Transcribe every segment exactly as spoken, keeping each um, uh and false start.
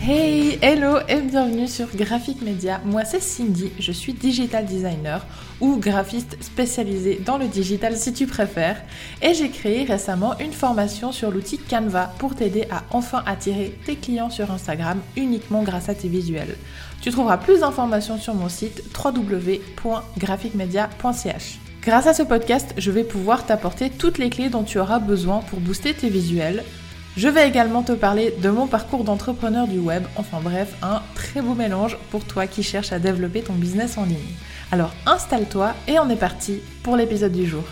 Hey, hello et bienvenue sur Graphic Media. Moi c'est Cindy, je suis digital designer ou graphiste spécialisée dans le digital si tu préfères. Et j'ai créé récemment une formation sur l'outil Canva pour t'aider à enfin attirer tes clients sur Instagram uniquement grâce à tes visuels. Tu trouveras plus d'informations sur mon site w w w point graphic media point c h. Grâce à ce podcast, je vais pouvoir t'apporter toutes les clés dont tu auras besoin pour booster tes visuels. Je vais également te parler de mon parcours d'entrepreneur du web, enfin bref, un très beau mélange pour toi qui cherches à développer ton business en ligne. Alors installe-toi et on est parti pour l'épisode du jour.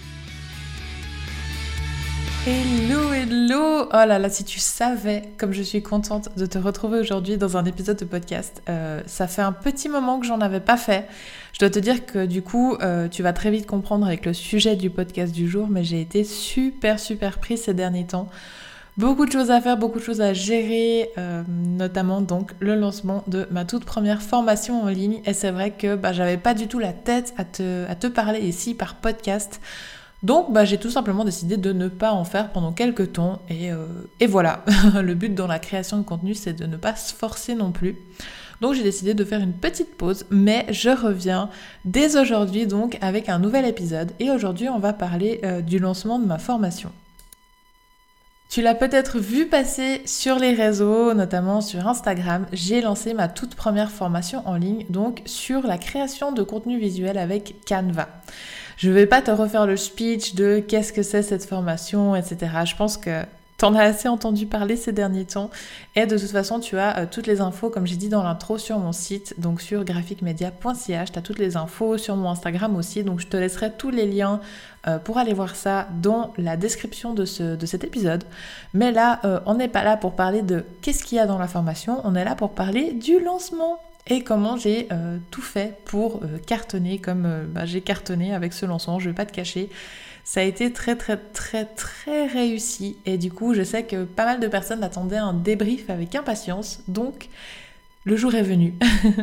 Hello, hello! Oh là là, si tu savais comme je suis contente de te retrouver aujourd'hui dans un épisode de podcast. Euh, ça fait un petit moment que j'en avais pas fait. Je dois te dire que du coup, euh, tu vas très vite comprendre avec le sujet du podcast du jour, mais j'ai été super super prise ces derniers temps. Beaucoup de choses à faire, beaucoup de choses à gérer, euh, notamment donc le lancement de ma toute première formation en ligne. Et c'est vrai que bah, j'avais pas du tout la tête à te, à te parler ici par podcast. Donc bah, j'ai tout simplement décidé de ne pas en faire pendant quelques temps. Et, euh, et voilà, le but dans la création de contenu, c'est de ne pas se forcer non plus. Donc j'ai décidé de faire une petite pause, mais je reviens dès aujourd'hui donc avec un nouvel épisode. Et aujourd'hui, on va parler euh, du lancement de ma formation. Tu l'as peut-être vu passer sur les réseaux, notamment sur Instagram. J'ai lancé ma toute première formation en ligne, donc sur la création de contenu visuel avec Canva. Je ne vais pas te refaire le speech de qu'est-ce que c'est cette formation, et cetera. Je pense que t'en as assez entendu parler ces derniers temps. Et de toute façon, tu as euh, toutes les infos, comme j'ai dit dans l'intro, sur mon site, donc sur graphic media point c h. Tu as toutes les infos sur mon Instagram aussi. Donc, je te laisserai tous les liens euh, pour aller voir ça dans la description de, ce, de cet épisode. Mais là, euh, on n'est pas là pour parler de qu'est-ce qu'il y a dans la formation. On est là pour parler du lancement et comment j'ai euh, tout fait pour euh, cartonner comme euh, bah, j'ai cartonné avec ce lancement. Je ne vais pas te cacher. Ça a été très très très très réussi et du coup je sais que pas mal de personnes attendaient un débrief avec impatience, donc le jour est venu.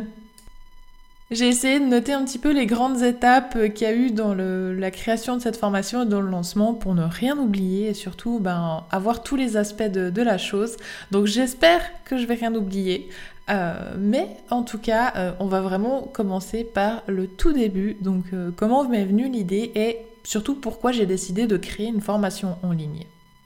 J'ai essayé de noter un petit peu les grandes étapes qu'il y a eu dans le, la création de cette formation et dans le lancement pour ne rien oublier et surtout ben, avoir tous les aspects de, de la chose. Donc j'espère que je vais rien oublier. Euh, mais en tout cas, euh, on va vraiment commencer par le tout début. Donc euh, comment m'est venue l'idée et surtout pourquoi j'ai décidé de créer une formation en ligne.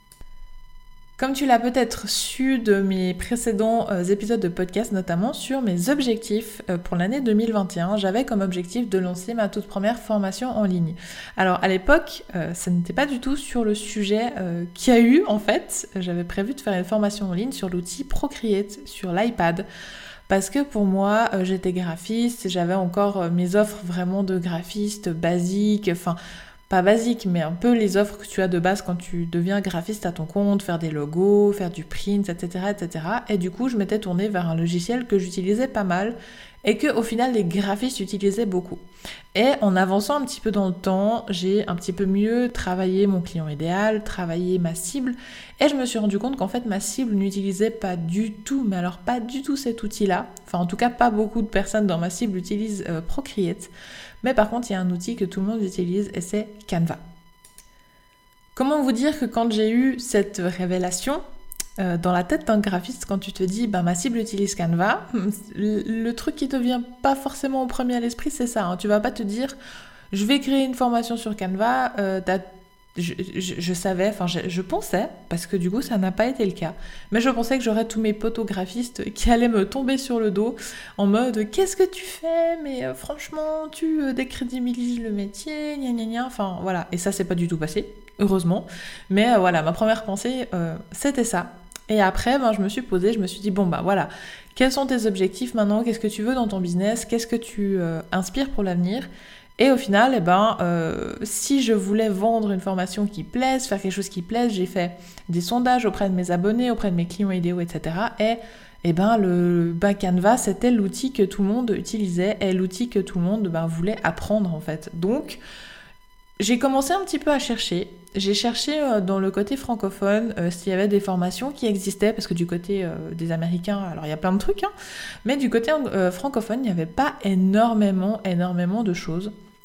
Comme tu l'as peut-être su de mes précédents euh, épisodes de podcast, notamment sur mes objectifs euh, pour l'année deux mille vingt et un, j'avais comme objectif de lancer ma toute première formation en ligne. Alors à l'époque, euh, ça n'était pas du tout sur le sujet euh, qu'il y a eu en fait. J'avais prévu de faire une formation en ligne sur l'outil Procreate, sur l'iPad. Parce que pour moi, euh, j'étais graphiste, j'avais encore euh, mes offres vraiment de graphiste basiques, enfin... pas basique, mais un peu les offres que tu as de base quand tu deviens graphiste à ton compte, faire des logos, faire du print, et cetera, et cetera. Et du coup, je m'étais tournée vers un logiciel que j'utilisais pas mal et que au final, les graphistes utilisaient beaucoup. Et en avançant un petit peu dans le temps, j'ai un petit peu mieux travaillé mon client idéal, travaillé ma cible, et je me suis rendu compte qu'en fait, ma cible n'utilisait pas du tout, mais alors pas du tout cet outil-là. Enfin, en tout cas, pas beaucoup de personnes dans ma cible utilisent euh, Procreate. Mais par contre, il y a un outil que tout le monde utilise et c'est Canva. Comment vous dire que quand j'ai eu cette révélation, euh, dans la tête d'un graphiste, quand tu te dis bah, « ma cible utilise Canva », le, le truc qui te vient pas forcément au premier à l'esprit, c'est ça. Hein. Tu vas pas te dire « je vais créer une formation sur Canva euh, », Je, je, je savais, enfin je, je pensais, parce que du coup ça n'a pas été le cas, mais je pensais que j'aurais tous mes potos graphistes qui allaient me tomber sur le dos en mode « qu'est-ce que tu fais ? Mais euh, franchement, tu euh, décrédibilises le métier, gna gna gna », enfin voilà, et ça c'est pas du tout passé, heureusement, mais euh, voilà, ma première pensée euh, c'était ça. Et après, ben, je me suis posée, je me suis dit « bon bah voilà, quels sont tes objectifs maintenant ? Qu'est-ce que tu veux dans ton business ? Qu'est-ce que tu euh, inspires pour l'avenir ?» Et au final, eh ben, euh, si je voulais vendre une formation qui plaise, faire quelque chose qui plaise, j'ai fait des sondages auprès de mes abonnés, auprès de mes clients idéaux, et cetera. Et eh ben, le ben, Canva, c'était l'outil que tout le monde utilisait et l'outil que tout le monde ben, voulait apprendre en fait. Donc, j'ai commencé un petit peu à chercher. J'ai cherché euh, dans le côté francophone euh, s'il y avait des formations qui existaient, parce que du côté euh, des Américains, alors il y a plein de trucs, hein, mais du côté euh, francophone, il n'y avait pas énormément, énormément de choses.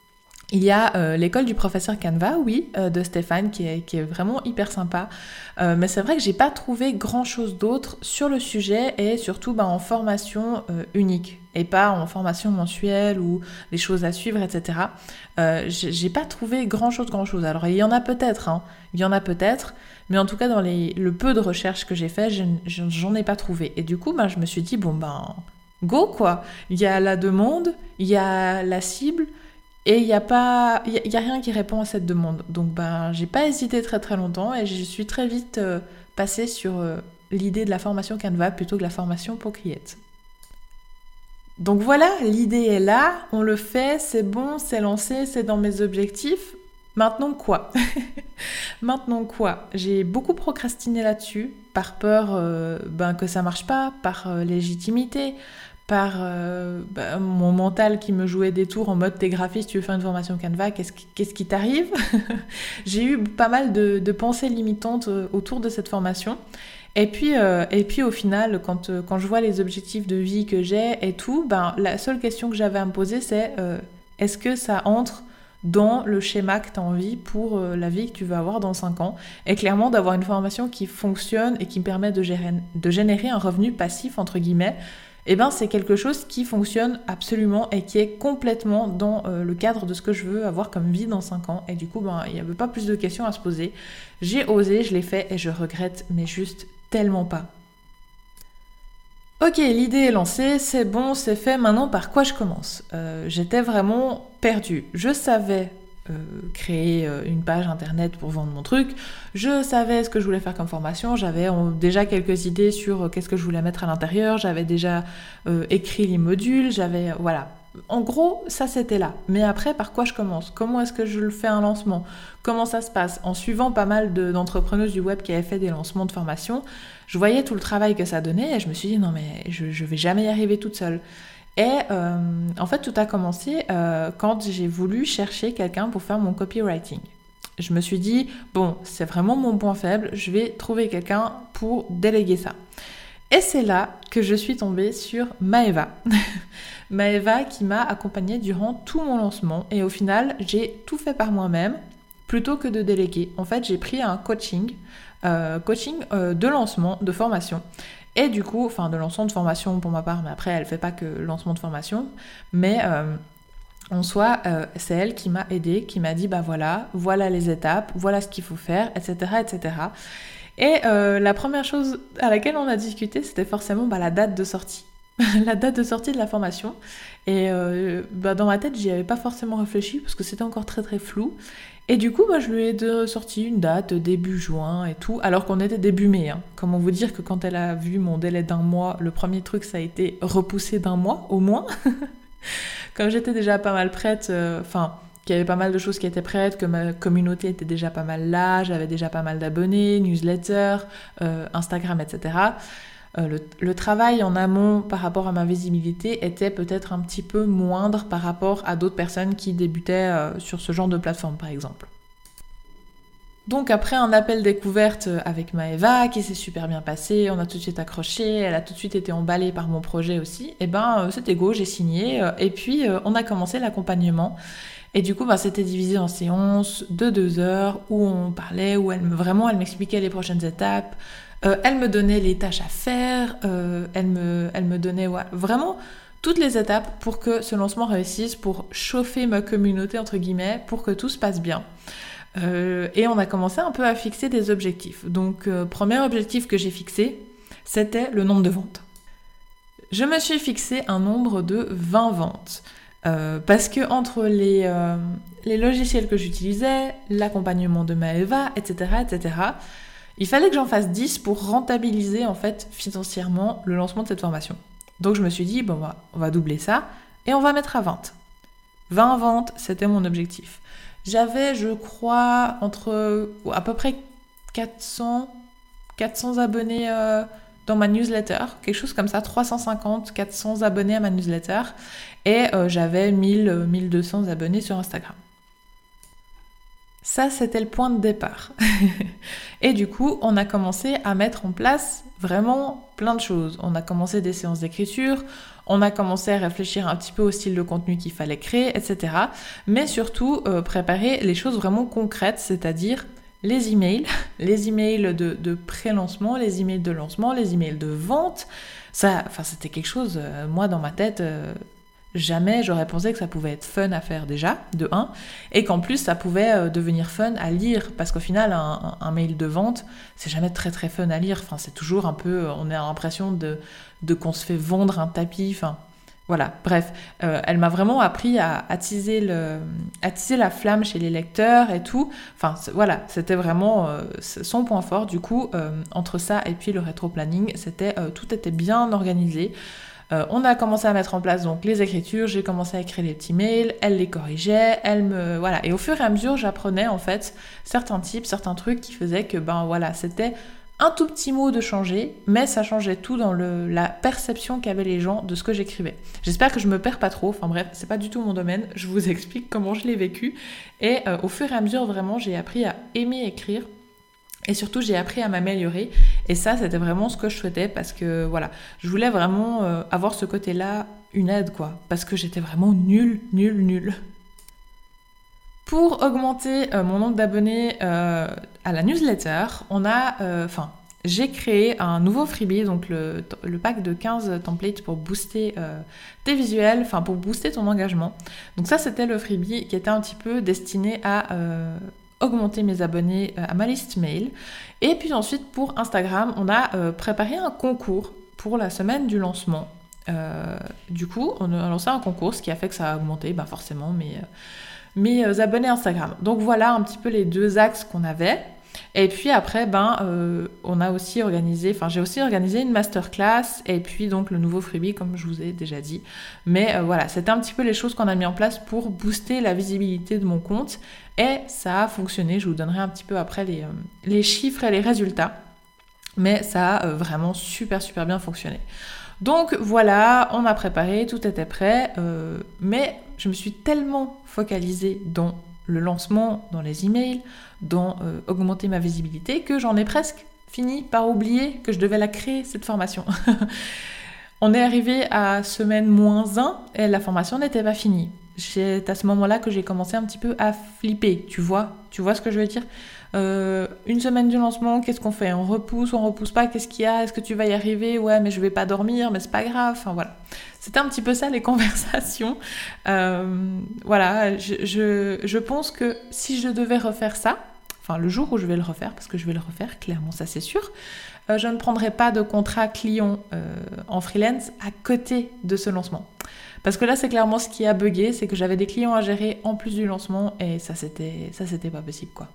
Il y a euh, l'école du professeur Canva, oui, euh, de Stéphane, qui est, qui est vraiment hyper sympa. Euh, mais c'est vrai que j'ai pas trouvé grand-chose d'autre sur le sujet et surtout bah, en formation euh, unique et pas en formation mensuelle ou des choses à suivre, et cetera. Euh, j'ai, j'ai pas trouvé grand-chose, grand-chose. Alors il y en a peut-être, hein, il y en a peut-être, mais en tout cas dans les, le peu de recherches que j'ai fait, je, je, j'en ai pas trouvé. Et du coup, bah, je me suis dit, bon ben, go quoi. Il y a la demande, il y a la cible. Et il n'y a pas, il y a, y a rien qui répond à cette demande. Donc ben, j'ai pas hésité très très longtemps et je suis très vite euh, passée sur euh, l'idée de la formation Canva plutôt que la formation Procreate. Donc voilà, l'idée est là, on le fait, c'est bon, c'est lancé, c'est dans mes objectifs. Maintenant quoi? Maintenant quoi? J'ai beaucoup procrastiné là-dessus, par peur euh, ben, que ça marche pas, par euh, légitimité, par euh, bah, mon mental qui me jouait des tours en mode t'es graphiste, tu veux faire une formation Canva, qu'est-ce qui, qu'est-ce qui t'arrive? J'ai eu pas mal de, de pensées limitantes autour de cette formation. Et puis, euh, et puis au final, quand, quand je vois les objectifs de vie que j'ai et tout, ben, la seule question que j'avais à me poser, c'est euh, est-ce que ça entre dans le schéma que tu as envie pour euh, la vie que tu veux avoir dans cinq ans? Et clairement, d'avoir une formation qui fonctionne et qui me permet de, gérer, de générer un revenu passif, entre guillemets, eh ben, c'est quelque chose qui fonctionne absolument et qui est complètement dans euh, le cadre de ce que je veux avoir comme vie dans cinq ans. Et du coup, ben, il n'y avait pas plus de questions à se poser. J'ai osé, je l'ai fait et je regrette, mais juste tellement pas. Ok, l'idée est lancée, c'est bon, c'est fait, maintenant par quoi je commence? euh, J'étais vraiment perdue. Je savais euh, créer euh, une page internet pour vendre mon truc, je savais ce que je voulais faire comme formation, j'avais euh, déjà quelques idées sur euh, qu'est-ce que je voulais mettre à l'intérieur, j'avais déjà euh, écrit les modules, j'avais... Euh, voilà. En gros, ça c'était là. Mais après, par quoi je commence? Comment est-ce que je le fais un lancement? Comment ça se passe? En suivant pas mal de, d'entrepreneuses du web qui avaient fait des lancements de formation, je voyais tout le travail que ça donnait et je me suis dit non mais je, je vais jamais y arriver toute seule. Et euh, en fait, tout a commencé euh, quand j'ai voulu chercher quelqu'un pour faire mon copywriting. Je me suis dit, bon, c'est vraiment mon point faible, je vais trouver quelqu'un pour déléguer ça. Et c'est là que je suis tombée sur Maëva. Maëva qui m'a accompagnée durant tout mon lancement. Et au final, j'ai tout fait par moi-même plutôt que de déléguer. En fait, j'ai pris un coaching, euh, coaching euh, de lancement, de formation. Et du coup, enfin de lancement de formation pour ma part, mais après elle fait pas que lancement de formation, mais euh, en soi, euh, c'est elle qui m'a aidée, qui m'a dit bah voilà, voilà les étapes, voilà ce qu'il faut faire, et cetera, et cetera. Et euh, la première chose à laquelle on a discuté, c'était forcément bah, la date de sortie. La date de sortie de la formation. Et euh, bah, dans ma tête, j'y avais pas forcément réfléchi parce que c'était encore très très flou. Et du coup, bah, je lui ai de sorti une date début juin et tout, alors qu'on était début mai. Hein. Comment vous dire que quand elle a vu mon délai d'un mois, le premier truc, ça a été repoussé d'un mois au moins. Comme j'étais déjà pas mal prête, enfin... Euh, qu'il y avait pas mal de choses qui étaient prêtes, que ma communauté était déjà pas mal là, j'avais déjà pas mal d'abonnés, newsletter, euh, Instagram, et cetera. Euh, le, le travail en amont par rapport à ma visibilité était peut-être un petit peu moindre par rapport à d'autres personnes qui débutaient euh, sur ce genre de plateforme, par exemple. Donc après un appel découverte avec Maëva, qui s'est super bien passé, on a tout de suite accroché, elle a tout de suite été emballée par mon projet aussi, et ben c'était go, j'ai signé, et puis on a commencé l'accompagnement. Et du coup, bah, c'était divisé en séances de deux heures où on parlait, où elle me, vraiment elle m'expliquait les prochaines étapes, euh, elle me donnait les tâches à faire, euh, elle, me, elle me donnait ouais, vraiment toutes les étapes pour que ce lancement réussisse, pour chauffer ma communauté, entre guillemets, pour que tout se passe bien. Euh, et on a commencé un peu à fixer des objectifs. Donc, euh, premier objectif que j'ai fixé, c'était le nombre de ventes. Je me suis fixé un nombre de vingt ventes. Euh, parce que entre les, euh, les logiciels que j'utilisais, l'accompagnement de Maëva, et cetera, et cetera, il fallait que j'en fasse dix pour rentabiliser en fait financièrement le lancement de cette formation. Donc je me suis dit, bon, on va, on va doubler ça et on va mettre à vingt. vingt ventes, c'était mon objectif. J'avais, je crois, entre à peu près quatre cents, quatre cents abonnés euh, dans ma newsletter, quelque chose comme ça, trois cent cinquante, quatre cents abonnés à ma newsletter, et euh, j'avais mille, mille deux cents abonnés sur Instagram. Ça, c'était le point de départ. Et du coup, on a commencé à mettre en place vraiment plein de choses. On a commencé des séances d'écriture, on a commencé à réfléchir un petit peu au style de contenu qu'il fallait créer, et cetera. Mais surtout, euh, préparer les choses vraiment concrètes, c'est-à-dire les emails, les emails de, de pré-lancement, les emails de lancement, les emails de vente. Ça, enfin, c'était quelque chose, euh, moi, dans ma tête... Euh, Jamais j'aurais pensé que ça pouvait être fun à faire déjà, de un, et qu'en plus ça pouvait euh, devenir fun à lire, parce qu'au final un, un, un mail de vente, c'est jamais très très fun à lire, enfin c'est toujours un peu, on a l'impression de, de qu'on se fait vendre un tapis, enfin voilà, bref, euh, elle m'a vraiment appris à attiser, le, attiser la flamme chez les lecteurs et tout, enfin voilà, c'était vraiment euh, son point fort, du coup, euh, entre ça et puis le rétro-planning, c'était, euh, tout était bien organisé. Euh, on a commencé à mettre en place donc les écritures, j'ai commencé à écrire les petits mails, elle les corrigeait, elle me... Voilà. Et au fur et à mesure, j'apprenais en fait certains types, certains trucs qui faisaient que ben voilà, c'était un tout petit mot de changer, mais ça changeait tout dans le, la perception qu'avaient les gens de ce que j'écrivais. J'espère que je me perds pas trop, enfin bref, c'est pas du tout mon domaine, je vous explique comment je l'ai vécu. Et euh, au fur et à mesure, vraiment, j'ai appris à aimer écrire. Et surtout, j'ai appris à m'améliorer. Et ça, c'était vraiment ce que je souhaitais parce que, voilà, je voulais vraiment euh, avoir ce côté-là, une aide, quoi. Parce que j'étais vraiment nulle, nulle, nulle. Pour augmenter euh, mon nombre d'abonnés euh, à la newsletter, on a... Enfin, euh, j'ai créé un nouveau freebie, donc le, le pack de quinze templates pour booster euh, tes visuels, enfin, pour booster ton engagement. Donc ça, c'était le freebie qui était un petit peu destiné à... Euh, augmenter mes abonnés à ma liste mail. Et puis ensuite, pour Instagram, on a euh, préparé un concours pour la semaine du lancement. Euh, du coup, on a lancé un concours, ce qui a fait que ça a augmenté, bah forcément, mes, euh, mes abonnés Instagram. Donc voilà un petit peu les deux axes qu'on avait. Et puis après, ben, euh, on a aussi organisé, enfin j'ai aussi organisé une masterclass et puis donc le nouveau freebie comme je vous ai déjà dit. Mais euh, voilà, c'était un petit peu les choses qu'on a mis en place pour booster la visibilité de mon compte et ça a fonctionné. Je vous donnerai un petit peu après les, euh, les chiffres et les résultats. Mais ça a euh, vraiment super super bien fonctionné. Donc voilà, on a préparé, tout était prêt, euh, mais je me suis tellement focalisée dans le lancement, dans les emails, dans euh, augmenter ma visibilité, que j'en ai presque fini par oublier que je devais la créer, cette formation. On est arrivé à semaine moins un et la formation n'était pas finie. C'est à ce moment-là que j'ai commencé un petit peu à flipper, tu vois, tu vois ce que je veux dire ? Euh, une semaine du lancement, qu'est-ce qu'on fait ? On repousse, on repousse pas, qu'est-ce qu'il y a ? Est-ce que tu vas y arriver ? Ouais, mais je vais pas dormir, mais c'est pas grave, enfin voilà. C'était un petit peu ça les conversations. Euh, voilà, je, je, je pense que si je devais refaire ça, enfin le jour où je vais le refaire, parce que je vais le refaire, clairement ça c'est sûr, euh, je ne prendrai pas de contrat client euh, en freelance à côté de ce lancement. Parce que là c'est clairement ce qui a bugué, c'est que j'avais des clients à gérer en plus du lancement et ça c'était, ça c'était pas possible quoi.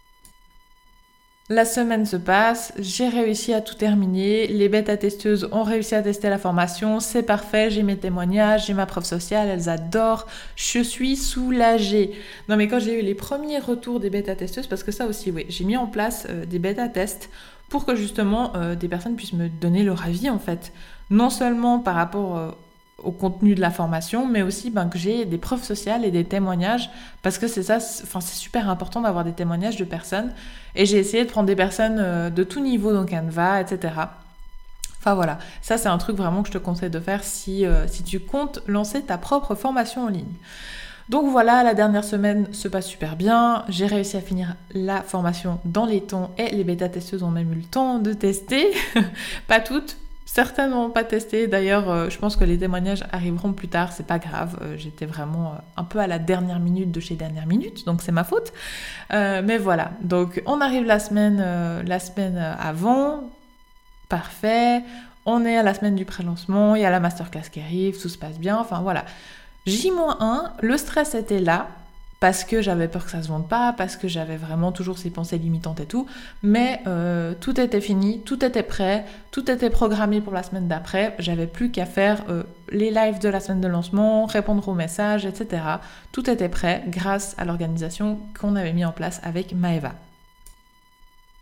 La semaine se passe, j'ai réussi à tout terminer, les bêta-testeuses ont réussi à tester la formation, c'est parfait, j'ai mes témoignages, j'ai ma preuve sociale, elles adorent, je suis soulagée. Non mais quand j'ai eu les premiers retours des bêta-testeuses, parce que ça aussi, oui, j'ai mis en place euh, des bêta-tests pour que justement euh, des personnes puissent me donner leur avis en fait, non seulement par rapport... Euh, au contenu de la formation, mais aussi ben, que j'ai des preuves sociales et des témoignages, parce que c'est ça, c'est, enfin, c'est super important d'avoir des témoignages de personnes, et j'ai essayé de prendre des personnes euh, de tout niveau dans Canva, et cetera. Enfin voilà, ça c'est un truc vraiment que je te conseille de faire si, euh, si tu comptes lancer ta propre formation en ligne. Donc voilà, la dernière semaine se passe super bien, j'ai réussi à finir la formation dans les temps, et les bêta-testeuses ont même eu le temps de tester, pas toutes, certains n'ont pas testé, d'ailleurs euh, je pense que les témoignages arriveront plus tard, c'est pas grave, euh, j'étais vraiment euh, un peu à la dernière minute de chez dernière minute, donc c'est ma faute. Euh, mais voilà, donc on arrive la semaine, euh, la semaine avant, parfait, on est à la semaine du pré-lancement, il y a la masterclass qui arrive, tout se passe bien, enfin voilà. J moins un, le stress était là, parce que j'avais peur que ça se vende pas, parce que j'avais vraiment toujours ces pensées limitantes et tout, mais euh, tout était fini, tout était prêt, tout était programmé pour la semaine d'après, j'avais plus qu'à faire euh, les lives de la semaine de lancement, répondre aux messages, et cetera. Tout était prêt grâce à l'organisation qu'on avait mis en place avec Maëva.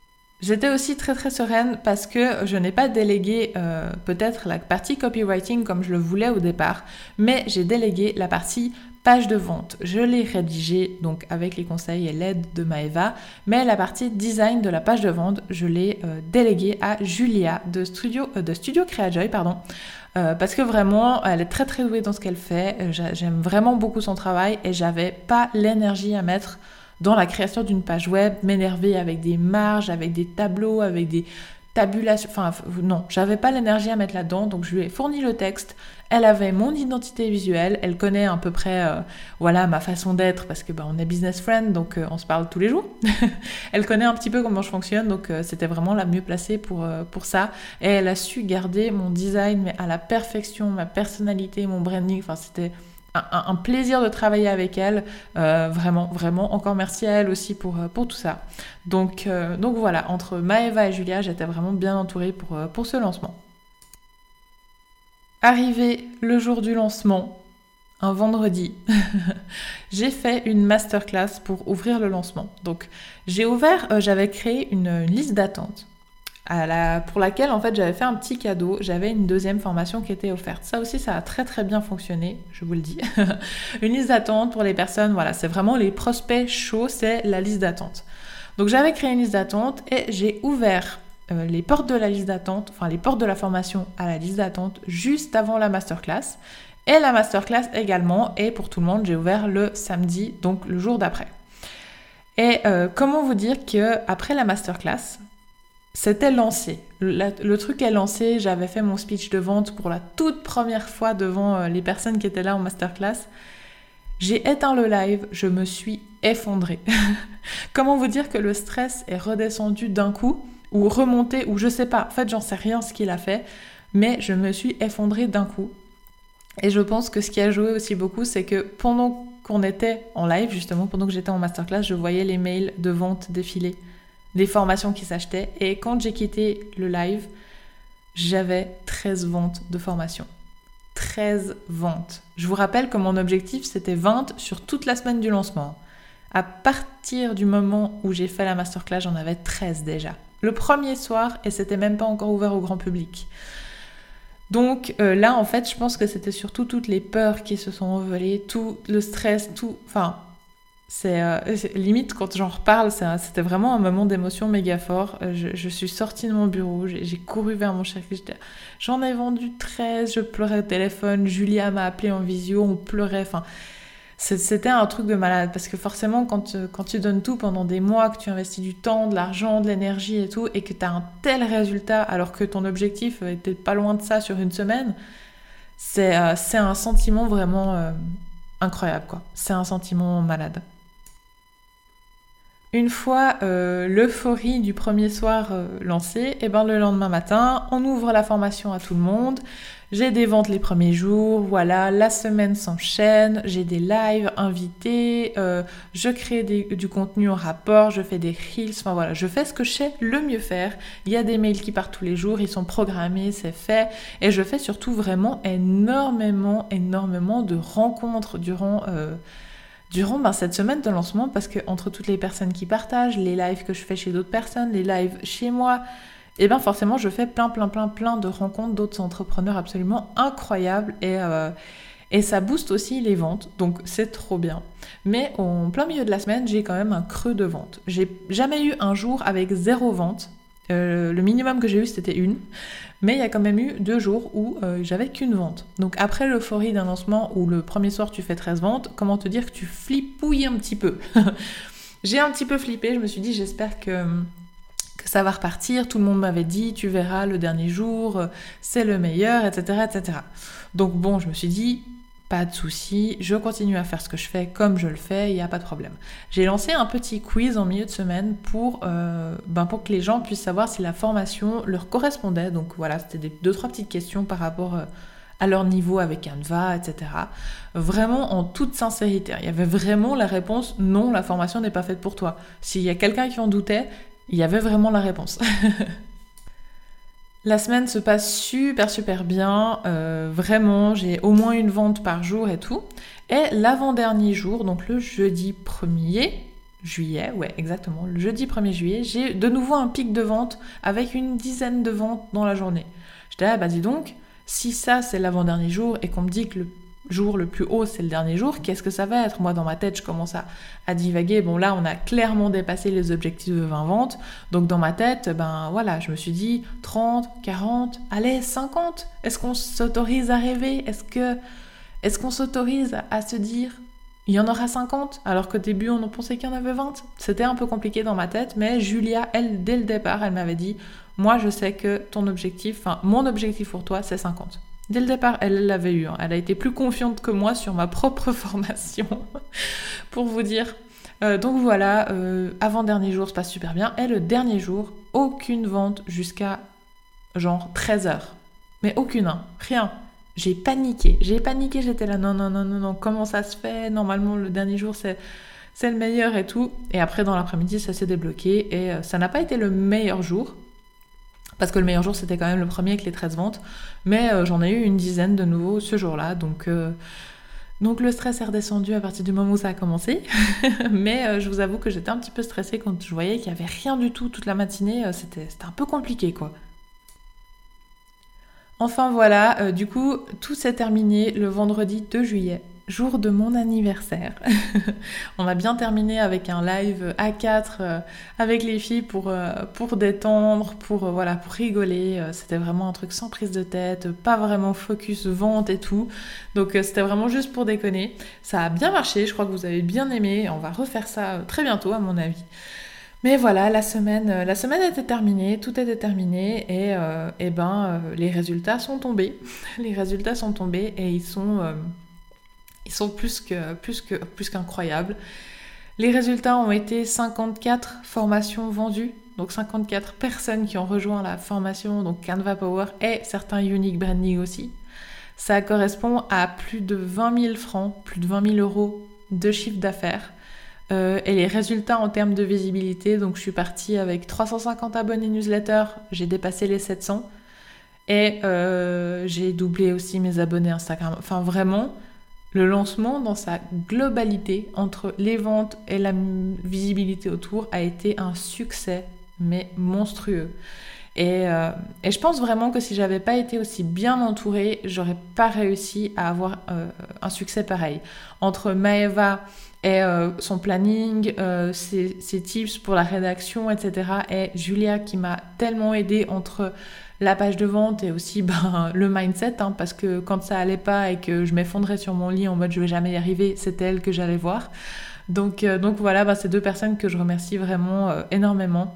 J'étais aussi très très sereine parce que je n'ai pas délégué euh, peut-être la partie copywriting comme je le voulais au départ, mais j'ai délégué la partie page de vente. Je l'ai rédigée donc avec les conseils et l'aide de Maëva, mais la partie design de la page de vente, je l'ai euh, déléguée à Julia de Studio, euh, de Studio Creajoy, pardon, euh, parce que vraiment, elle est très très douée dans ce qu'elle fait. J'aime vraiment beaucoup son travail et j'avais pas l'énergie à mettre dans la création d'une page web, m'énerver avec des marges, avec des tableaux, avec des tabulations, enfin non, j'avais pas l'énergie à mettre là-dedans, donc je lui ai fourni le texte, elle avait mon identité visuelle, elle connaît à peu près euh, voilà, ma façon d'être, parce que bah, on est business friend, donc euh, on se parle tous les jours, elle connaît un petit peu comment je fonctionne, donc euh, c'était vraiment la mieux placée pour, euh, pour ça, et elle a su garder mon design, mais à la perfection, ma personnalité, mon branding, enfin c'était... Un, un plaisir de travailler avec elle, euh, vraiment, vraiment, encore merci à elle aussi pour, pour tout ça. Donc, euh, donc voilà, entre Maëva et Julia, j'étais vraiment bien entourée pour, pour ce lancement. Arrivé le jour du lancement, un vendredi, j'ai fait une masterclass pour ouvrir le lancement. Donc j'ai ouvert, euh, j'avais créé une, une liste d'attente. À la, pour laquelle en fait j'avais fait un petit cadeau, j'avais une deuxième formation qui était offerte. Ça aussi ça a très très bien fonctionné, je vous le dis. Une liste d'attente pour les personnes, voilà, c'est vraiment les prospects chauds, c'est la liste d'attente. Donc j'avais créé une liste d'attente et j'ai ouvert euh, les portes de la liste d'attente, enfin les portes de la formation à la liste d'attente juste avant la masterclass. Et la masterclass également, et pour tout le monde j'ai ouvert le samedi, donc le jour d'après. Et euh, comment vous dire qu'après la masterclass, c'était lancé. Le, le truc est lancé, j'avais fait mon speech de vente pour la toute première fois devant euh, les personnes qui étaient là en masterclass. J'ai éteint le live, je me suis effondrée. Comment vous dire que le stress est redescendu d'un coup, ou remonté, ou je sais pas, en fait j'en sais rien ce qu'il a fait, mais je me suis effondrée d'un coup. Et je pense que ce qui a joué aussi beaucoup, c'est que pendant qu'on était en live, justement, pendant que j'étais en masterclass, je voyais les mails de vente défiler, des formations qui s'achetaient. Et quand j'ai quitté le live, j'avais treize ventes de formation. treize ventes. Je vous rappelle que mon objectif, c'était vingt sur toute la semaine du lancement. À partir du moment où j'ai fait la masterclass, j'en avais treize déjà. Le premier soir, et c'était même pas encore ouvert au grand public. Donc euh, là, en fait, je pense que c'était surtout toutes les peurs qui se sont envolées, tout le stress, tout... Enfin... C'est, euh, c'est limite quand j'en reparle, c'est un, c'était vraiment un moment d'émotion méga fort. Euh, je, je suis sortie de mon bureau, j'ai, j'ai couru vers mon chéri, j'étais, j'en ai vendu treize, je pleurais au téléphone, Julia m'a appelé en visio, on pleurait, enfin c'est, c'était un truc de malade parce que forcément quand, quand tu donnes tout pendant des mois, que tu investis du temps, de l'argent, de l'énergie et tout, et que tu as un tel résultat alors que ton objectif était pas loin de ça sur une semaine, c'est, euh, c'est un sentiment vraiment euh, incroyable quoi, c'est un sentiment malade. Une fois euh, l'euphorie du premier soir euh, lancée, et ben le lendemain matin, on ouvre la formation à tout le monde. J'ai des ventes les premiers jours, voilà, la semaine s'enchaîne, j'ai des lives invités, euh, je crée des, du contenu en rapport, je fais des reels, enfin voilà, je fais ce que je sais le mieux faire. Il y a des mails qui partent tous les jours, ils sont programmés, c'est fait, et je fais surtout vraiment énormément, énormément de rencontres durant... Euh, Durant ben, cette semaine de lancement, parce que entre toutes les personnes qui partagent, les lives que je fais chez d'autres personnes, les lives chez moi, et bien forcément je fais plein plein plein plein de rencontres d'autres entrepreneurs absolument incroyables et, euh, et ça booste aussi les ventes, donc c'est trop bien. Mais en plein milieu de la semaine, j'ai quand même un creux de vente. J'ai jamais eu un jour avec zéro vente. Euh, le minimum que j'ai eu c'était une, mais il y a quand même eu deux jours où euh, j'avais qu'une vente. Donc après l'euphorie d'un lancement où le premier soir tu fais treize ventes, comment te dire que tu flippouilles un petit peu. J'ai un petit peu flippé, je me suis dit j'espère que, que ça va repartir, tout le monde m'avait dit tu verras le dernier jour, c'est le meilleur, et cetera et cetera. Donc bon, je me suis dit pas de souci, je continue à faire ce que je fais comme je le fais, il n'y a pas de problème. J'ai lancé un petit quiz en milieu de semaine pour, euh, ben pour que les gens puissent savoir si la formation leur correspondait. Donc voilà, c'était des, deux, trois petites questions par rapport euh, à leur niveau avec Canva, et cetera. Vraiment en toute sincérité. Il y avait vraiment la réponse « Non, la formation n'est pas faite pour toi ». S'il y a quelqu'un qui en doutait, il y avait vraiment la réponse. La semaine se passe super super bien, euh, vraiment j'ai au moins une vente par jour et tout. Et l'avant-dernier jour, donc le jeudi premier, juillet, ouais, exactement, le jeudi premier juillet, j'ai de nouveau un pic de vente avec une dizaine de ventes dans la journée. J'étais là, bah dis donc, si ça c'est l'avant-dernier jour et qu'on me dit que le jour le plus haut c'est le dernier jour, qu'est-ce que ça va être ? Moi dans ma tête je commence à, à divaguer, bon là on a clairement dépassé les objectifs de vingt ventes, donc dans ma tête, ben voilà, je me suis dit trente, quarante, allez cinquante, est-ce qu'on s'autorise à rêver ? Est-ce que, est-ce qu'on s'autorise à, à se dire il y en aura cinquante, alors qu'au début on en pensait qu'il y en avait vingt. C'était un peu compliqué dans ma tête, mais Julia, elle, dès le départ, elle m'avait dit « Moi, je sais que ton objectif, enfin, mon objectif pour toi, c'est cinquante. » Dès le départ, elle l'avait eu. Hein. Elle a été plus confiante que moi sur ma propre formation, pour vous dire. Euh, donc voilà, euh, avant-dernier jour, se passe super bien. Et le dernier jour, aucune vente jusqu'à genre treize heures. Mais aucune, hein, rien. J'ai paniqué, j'ai paniqué, j'étais là, non, non, non, non, non, comment ça se fait ? Normalement, le dernier jour, c'est, c'est le meilleur et tout. Et après, dans l'après-midi, ça s'est débloqué et euh, ça n'a pas été le meilleur jour. Parce que le meilleur jour, c'était quand même le premier avec les treize ventes. Mais euh, j'en ai eu une dizaine de nouveau ce jour-là. Donc, euh, donc le stress est redescendu à partir du moment où ça a commencé. Mais euh, je vous avoue que j'étais un petit peu stressée quand je voyais qu'il n'y avait rien du tout toute la matinée. Euh, c'était, c'était un peu compliqué, quoi. Enfin voilà, euh, du coup, tout s'est terminé le vendredi deux juillet, jour de mon anniversaire. On a bien terminé avec un live à quatre euh, avec les filles pour, euh, pour détendre, pour, euh, voilà, pour rigoler. Euh, c'était vraiment un truc sans prise de tête, pas vraiment focus vente et tout. Donc euh, c'était vraiment juste pour déconner. Ça a bien marché, je crois que vous avez bien aimé. On va refaire ça très bientôt à mon avis. Mais voilà, la semaine, la semaine était terminée, tout était terminé et, euh, et ben euh, les résultats sont tombés. Les résultats sont tombés et ils sont, euh, ils sont plus que, plus que, plus qu'incroyables. Les résultats ont été cinquante-quatre formations vendues, donc cinquante-quatre personnes qui ont rejoint la formation, donc Canva Power et certains Unique Branding aussi. Ça correspond à plus de vingt mille francs, plus de vingt mille euros de chiffre d'affaires. Euh, et les résultats en termes de visibilité, donc je suis partie avec trois cent cinquante abonnés newsletter, j'ai dépassé les sept cents et euh, j'ai doublé aussi mes abonnés Instagram. Enfin vraiment, le lancement dans sa globalité entre les ventes et la visibilité autour a été un succès mais monstrueux. Et, euh, et je pense vraiment que si j'avais pas été aussi bien entourée, j'aurais pas réussi à avoir euh, un succès pareil. Entre Maëva et euh, son planning, euh, ses, ses tips pour la rédaction, et cetera. Et Julia qui m'a tellement aidée entre la page de vente et aussi ben, le mindset, hein, parce que quand ça allait pas et que je m'effondrais sur mon lit en mode je vais jamais y arriver, c'était elle que j'allais voir. Donc, euh, donc voilà, ben, c'est deux personnes que je remercie vraiment euh, énormément.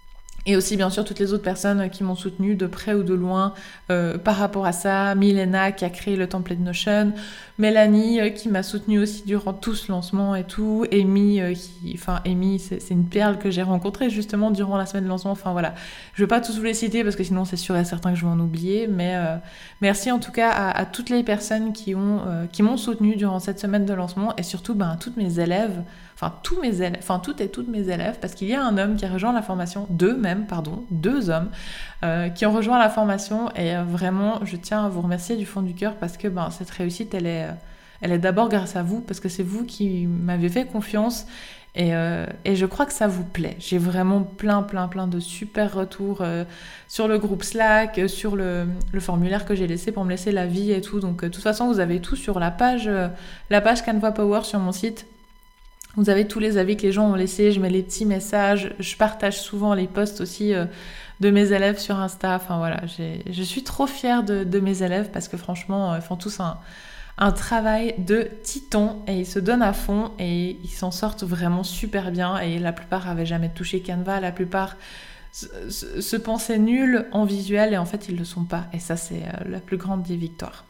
Et aussi, bien sûr, toutes les autres personnes qui m'ont soutenue de près ou de loin euh, par rapport à ça. Milena qui a créé le template Notion. Mélanie euh, qui m'a soutenue aussi durant tout ce lancement et tout. Amy, euh, qui... Enfin, Amy, c'est, c'est une perle que j'ai rencontrée justement durant la semaine de lancement. Enfin, voilà. Je ne vais pas tous vous les citer parce que sinon, c'est sûr et certain que je vais en oublier. Mais euh, merci en tout cas à, à toutes les personnes qui, ont, euh, qui m'ont soutenue durant cette semaine de lancement. Et surtout, ben, à toutes mes élèves. Enfin, tous mes élèves, enfin, toutes et toutes mes élèves, parce qu'il y a un homme qui a rejoint la formation, deux même, pardon, deux hommes, euh, qui ont rejoint la formation, et euh, vraiment, je tiens à vous remercier du fond du cœur, parce que ben, cette réussite, elle est, euh, elle est d'abord grâce à vous, parce que c'est vous qui m'avez fait confiance, et, euh, et je crois que ça vous plaît. J'ai vraiment plein, plein, plein de super retours euh, sur le groupe Slack, euh, sur le, le formulaire que j'ai laissé pour me laisser l'avis et tout, donc euh, de toute façon, vous avez tout sur la page, euh, la page Canva Power sur mon site. Vous avez tous les avis que les gens ont laissés, je mets les petits messages, je partage souvent les posts aussi euh, de mes élèves sur Insta. Enfin voilà, j'ai, je suis trop fière de, de mes élèves parce que franchement, ils font tous un, un travail de titan et ils se donnent à fond et ils s'en sortent vraiment super bien. Et la plupart n'avaient jamais touché Canva, la plupart se, se, se pensaient nuls en visuel et en fait ils ne le sont pas. Et ça, c'est euh, la plus grande des victoires.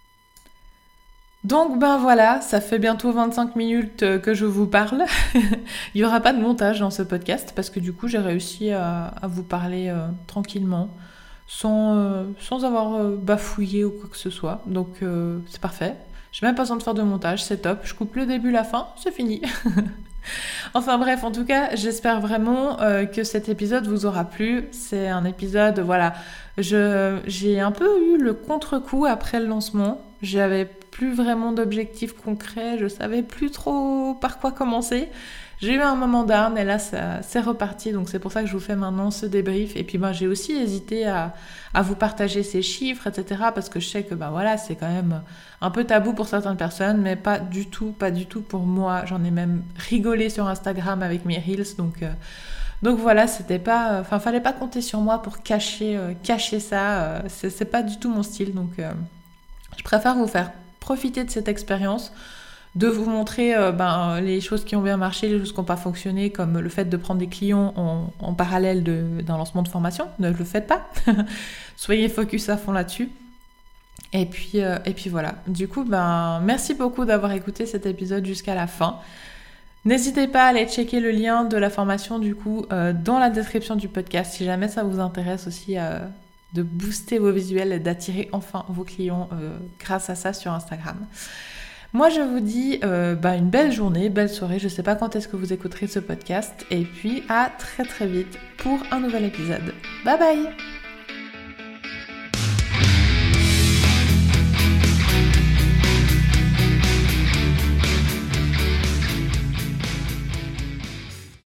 Donc ben voilà, ça fait bientôt vingt-cinq minutes que je vous parle. Il n'y aura pas de montage dans ce podcast parce que du coup j'ai réussi à, à vous parler euh, tranquillement sans, euh, sans avoir euh, bafouillé ou quoi que ce soit. Donc euh, c'est parfait. J'ai même pas besoin de faire de montage, c'est top. Je coupe le début, la fin, c'est fini. Enfin bref, en tout cas, j'espère vraiment euh, que cet épisode vous aura plu. C'est un épisode, voilà, je, j'ai un peu eu le contre-coup après le lancement. J'avais plus vraiment d'objectifs concrets, je savais plus trop par quoi commencer. j'ai eu un moment down et là ça, c'est reparti, donc c'est pour ça que je vous fais maintenant ce débrief. Et puis ben, j'ai aussi hésité à, à vous partager ces chiffres, et cetera. Parce que je sais que ben, voilà, c'est quand même un peu tabou pour certaines personnes, mais pas du tout, pas du tout pour moi. J'en ai même rigolé sur Instagram avec mes Reels, donc... Euh, Donc voilà, c'était pas, enfin, fallait pas compter sur moi pour cacher, euh, cacher ça. Euh, c'est, c'est pas du tout mon style. Donc, euh, je préfère vous faire profiter de cette expérience, de vous montrer euh, ben, les choses qui ont bien marché, les choses qui n'ont pas fonctionné, comme le fait de prendre des clients en, en parallèle de, d'un lancement de formation. Ne le faites pas. Soyez focus à fond là-dessus. Et puis, euh, et puis voilà. Du coup, ben, merci beaucoup d'avoir écouté cet épisode jusqu'à la fin. N'hésitez pas à aller checker le lien de la formation du coup euh, dans la description du podcast si jamais ça vous intéresse aussi euh, de booster vos visuels et d'attirer enfin vos clients euh, grâce à ça sur Instagram. Moi je vous dis euh, bah, une belle journée, belle soirée, je sais pas quand est-ce que vous écouterez ce podcast et puis à très très vite pour un nouvel épisode. Bye bye.